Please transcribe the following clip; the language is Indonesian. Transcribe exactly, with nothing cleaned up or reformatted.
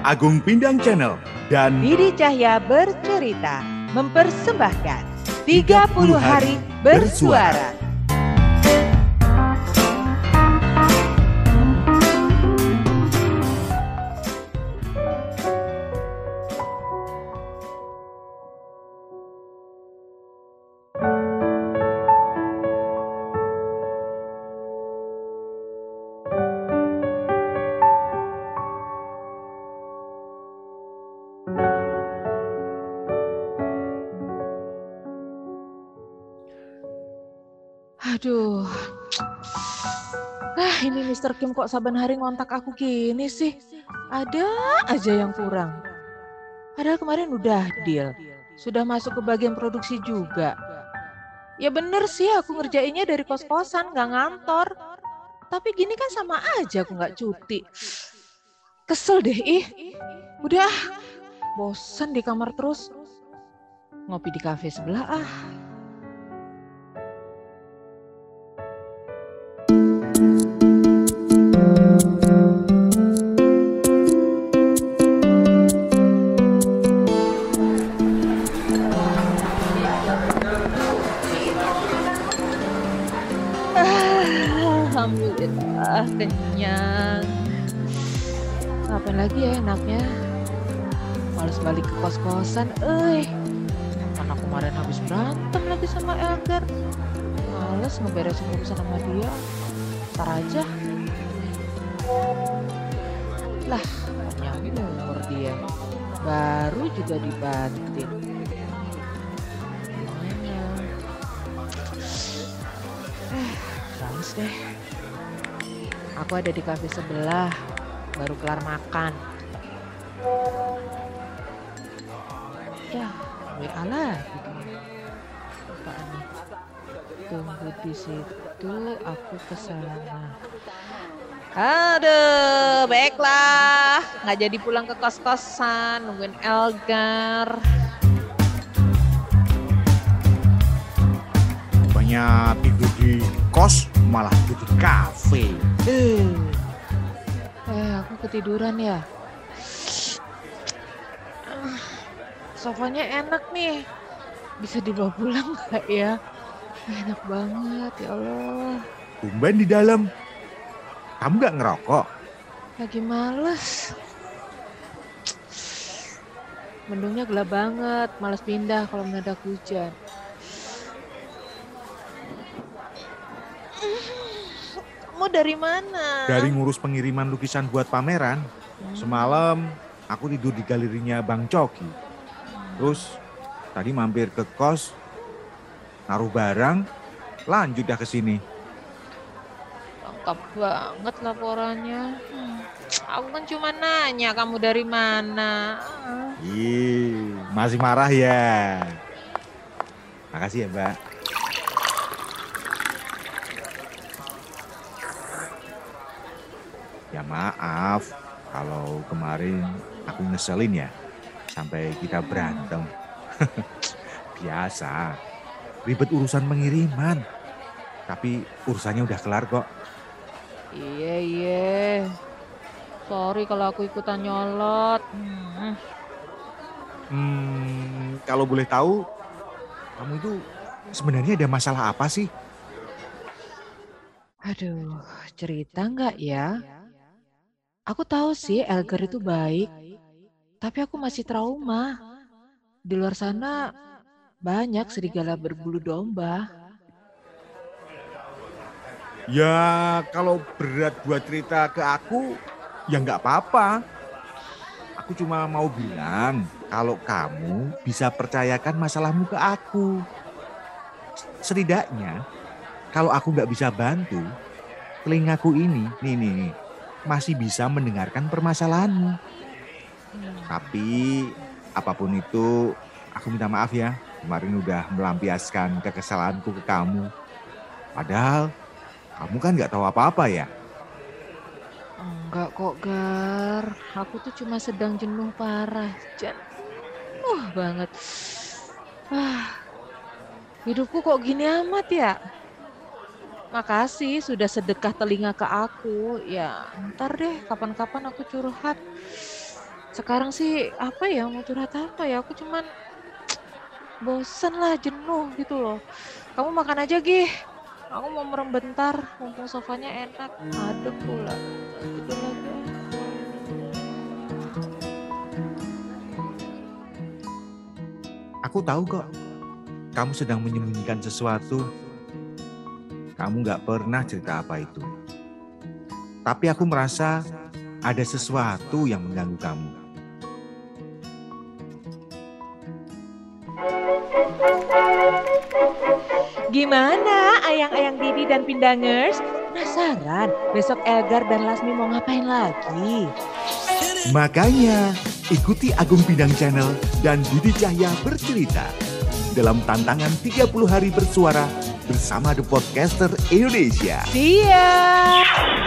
Agung Pindang Channel dan Didi Cahya Bercerita mempersembahkan tiga puluh Hari Bersuara. Aduh, ah ini mister Kim kok saban hari ngontak aku gini sih? Ada aja yang kurang. Padahal kemarin udah deal, sudah masuk ke bagian produksi juga. Ya bener sih aku ngerjainnya dari kos-kosan, gak ngantor. Tapi gini kan sama aja aku gak cuti. Kesel deh ih, udah bosen di kamar terus. Ngopi di kafe sebelah ah. Alhamdulillah kenyang. Ngapain lagi ya enaknya? Males balik ke kos-kosan, eh. Karena kemarin habis berantem lagi sama Elgar. Males ngeberesin urusan sama dia. Ntar aja. Lah, panjang umur dia. Baru juga dibanting. Gimana? Eh, males deh. Aku ada di kafe sebelah, baru kelar makan. Ya, W A lagi. Apaan nih? Tunggu di situ, aku kesana. Aduh, baiklah. Nggak jadi pulang ke kos-kosan, nungguin Elgar. banyak tidur di kos malah tidur di kafe. Eh, eh aku ketiduran ya. Ah, sofanya enak nih. Bisa dibawa pulang nggak ya? Enak banget ya Allah. Tumben di dalam. Kamu gak ngerokok? Lagi males. Mendungnya gelap banget. Males pindah kalau mendadak hujan. Kamu dari mana? Dari ngurus pengiriman lukisan buat pameran. Hmm. Semalam aku tidur di galerinya Bang Coki. Terus tadi mampir ke kos, naruh barang, lanjut dah ke sini. Lengkap banget laporannya. Hmm. Aku kan cuma nanya kamu dari mana. Ah. Ih, masih marah ya? Makasih ya, Mbak. Ya maaf kalau kemarin aku ngeselin ya sampai kita berantem. Biasa, ribet urusan pengiriman. Tapi urusannya udah kelar kok. Iya, iya. Sorry kalau aku ikutan nyolot. Hmm. Hmm, kalau boleh tahu, kamu itu sebenarnya ada masalah apa sih? Aduh, cerita nggak ya? Aku tahu sih Elgar itu baik, tapi aku masih trauma. Di luar sana banyak serigala berbulu domba. Ya kalau berat buat cerita ke aku, ya nggak apa-apa. Aku cuma mau bilang kalau kamu bisa percayakan masalahmu ke aku. Setidaknya kalau aku nggak bisa bantu, telingaku ini, nih nih nih, masih bisa mendengarkan permasalahanmu. Hmm. Tapi apapun itu, aku minta maaf ya. Kemarin udah melampiaskan kekesalanku ke kamu. Padahal kamu kan nggak tahu apa-apa ya. Enggak kok Gar, aku tuh cuma sedang jenuh parah, jenuh banget. Ah, hidupku kok gini amat ya? Makasih sudah sedekah telinga ke aku. Ya, ntar deh kapan-kapan aku curhat. Sekarang sih apa ya, mau curhat apa ya? Aku cuman bosen lah, jenuh gitu loh. Kamu makan aja, Gih. Aku mau merem bentar, mumpung sofanya enak. Adem pula. Tidur lagi. Aku tahu kok, kamu sedang menyembunyikan sesuatu. Kamu gak pernah cerita apa itu. Tapi aku merasa ada sesuatu yang mengganggu kamu. Gimana ayang-ayang Didi dan Pindangers? Penasaran besok Elgar dan Lasmi mau ngapain lagi? Makanya ikuti Agung Pindang Channel dan Didi Cahya bercerita dalam tantangan tiga puluh hari bersuara bersama The Podcaster Indonesia. Siap!